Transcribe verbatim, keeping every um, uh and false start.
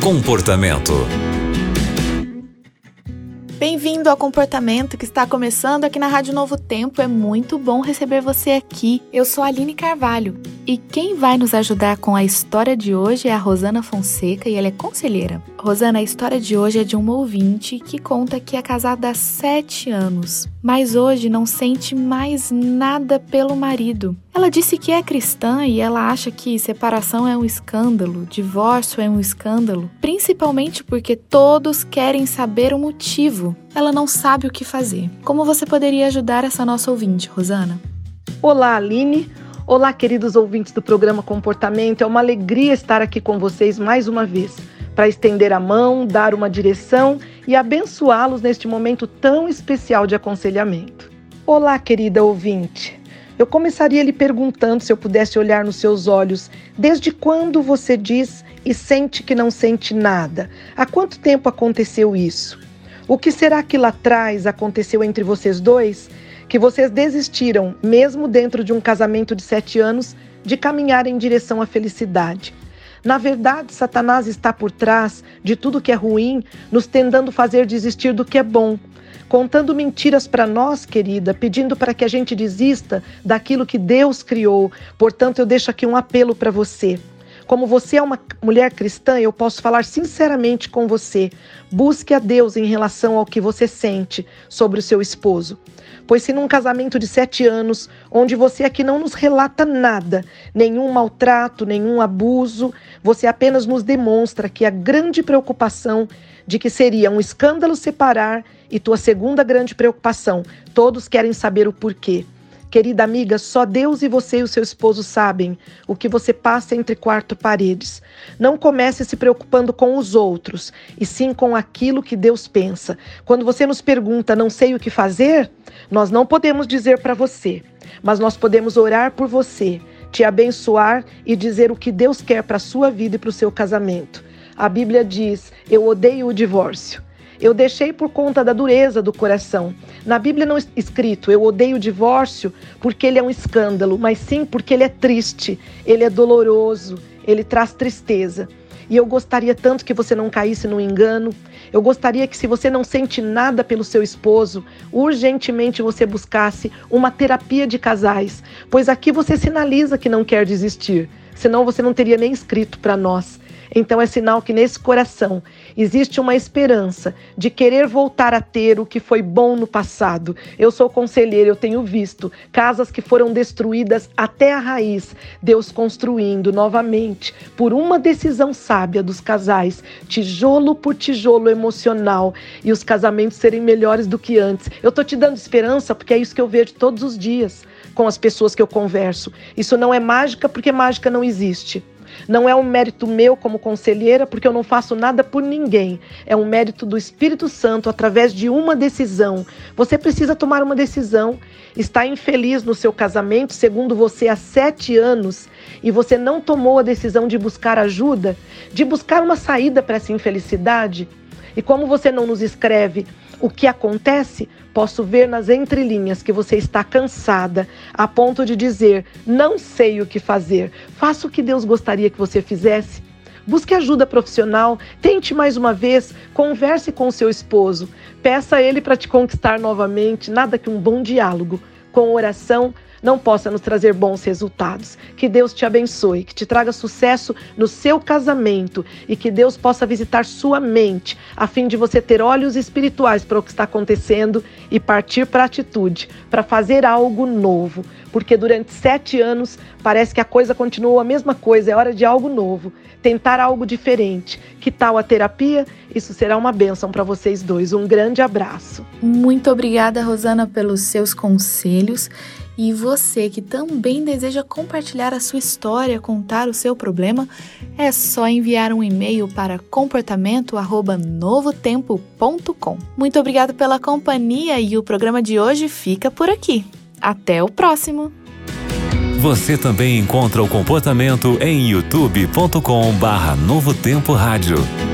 Comportamento. Bem-vindo ao Comportamento, que está começando aqui na Rádio Novo Tempo. É muito bom receber você aqui. Eu sou a Aline Carvalho e quem vai nos ajudar com a história de hoje é a Rosana Fonseca e ela é conselheira. Rosana, a história de hoje é de uma ouvinte que conta que é casada há sete anos, mas hoje não sente mais nada pelo marido. Ela disse que é cristã e ela acha que separação é um escândalo, divórcio é um escândalo, principalmente porque todos querem saber o motivo. Ela não sabe o que fazer. Como você poderia ajudar essa nossa ouvinte, Rosana? Olá, Aline. Olá, queridos ouvintes do programa Comportamento. É uma alegria estar aqui com vocês mais uma vez, para estender a mão, dar uma direção e abençoá-los neste momento tão especial de aconselhamento. Olá, querida ouvinte. Eu começaria lhe perguntando, se eu pudesse olhar nos seus olhos, desde quando você diz e sente que não sente nada? Há quanto tempo aconteceu isso? O que será que lá atrás aconteceu entre vocês dois, que vocês desistiram, mesmo dentro de um casamento de sete anos, de caminhar em direção à felicidade? Na verdade, Satanás está por trás de tudo que é ruim, nos tentando fazer desistir do que é bom, contando mentiras para nós, querida, pedindo para que a gente desista daquilo que Deus criou. Portanto, eu deixo aqui um apelo para você. Como você é uma mulher cristã, eu posso falar sinceramente com você. Busque a Deus em relação ao que você sente sobre o seu esposo. Pois se num casamento de sete anos, onde você aqui não nos relata nada, nenhum maltrato, nenhum abuso, você apenas nos demonstra que a grande preocupação de que seria um escândalo separar e tua segunda grande preocupação, todos querem saber o porquê. Querida amiga, só Deus e você e o seu esposo sabem o que você passa entre quatro paredes. Não comece se preocupando com os outros, e sim com aquilo que Deus pensa. Quando você nos pergunta, não sei o que fazer, nós não podemos dizer para você, mas nós podemos orar por você, te abençoar e dizer o que Deus quer para a sua vida e para o seu casamento. A Bíblia diz, eu odeio o divórcio. Eu deixei por conta da dureza do coração. Na Bíblia não é escrito, eu odeio o divórcio porque ele é um escândalo, mas sim porque ele é triste, ele é doloroso, ele traz tristeza. E eu gostaria tanto que você não caísse no engano. Eu gostaria que, se você não sente nada pelo seu esposo, urgentemente você buscasse uma terapia de casais, pois aqui você sinaliza que não quer desistir, senão você não teria nem escrito para nós. Então é sinal que nesse coração existe uma esperança de querer voltar a ter o que foi bom no passado. Eu sou conselheira, eu tenho visto casas que foram destruídas até a raiz, Deus construindo novamente, por uma decisão sábia dos casais, tijolo por tijolo emocional, e os casamentos serem melhores do que antes. Eu estou te dando esperança porque é isso que eu vejo todos os dias com as pessoas que eu converso. Isso não é mágica, porque mágica não existe. Não é um mérito meu como conselheira, porque eu não faço nada por ninguém. É um mérito do Espírito Santo através de uma decisão. Você precisa tomar uma decisão. Está infeliz no seu casamento, segundo você, há sete anos, e você não tomou a decisão de buscar ajuda, de buscar uma saída para essa infelicidade? E como você não nos escreve o que acontece, posso ver nas entrelinhas que você está cansada, a ponto de dizer, não sei o que fazer. Faça o que Deus gostaria que você fizesse. Busque ajuda profissional, tente mais uma vez, converse com o seu esposo, peça a ele para te conquistar novamente. Nada que um bom diálogo com oração não possa nos trazer bons resultados. Que Deus te abençoe, que te traga sucesso no seu casamento e que Deus possa visitar sua mente, a fim de você ter olhos espirituais para o que está acontecendo e partir para a atitude, para fazer algo novo. Porque durante sete anos parece que a coisa continua a mesma coisa, é hora de algo novo, tentar algo diferente. Que tal a terapia? Isso será uma bênção para vocês dois. Um grande abraço. Muito obrigada, Rosana, pelos seus conselhos. E você que também deseja compartilhar a sua história, contar o seu problema, é só enviar um e-mail para comportamento arroba novotempo ponto com. Muito obrigada pela companhia e o programa de hoje fica por aqui. Até o próximo! Você também encontra o Comportamento em youtube ponto com barra Novo Tempo Rádio.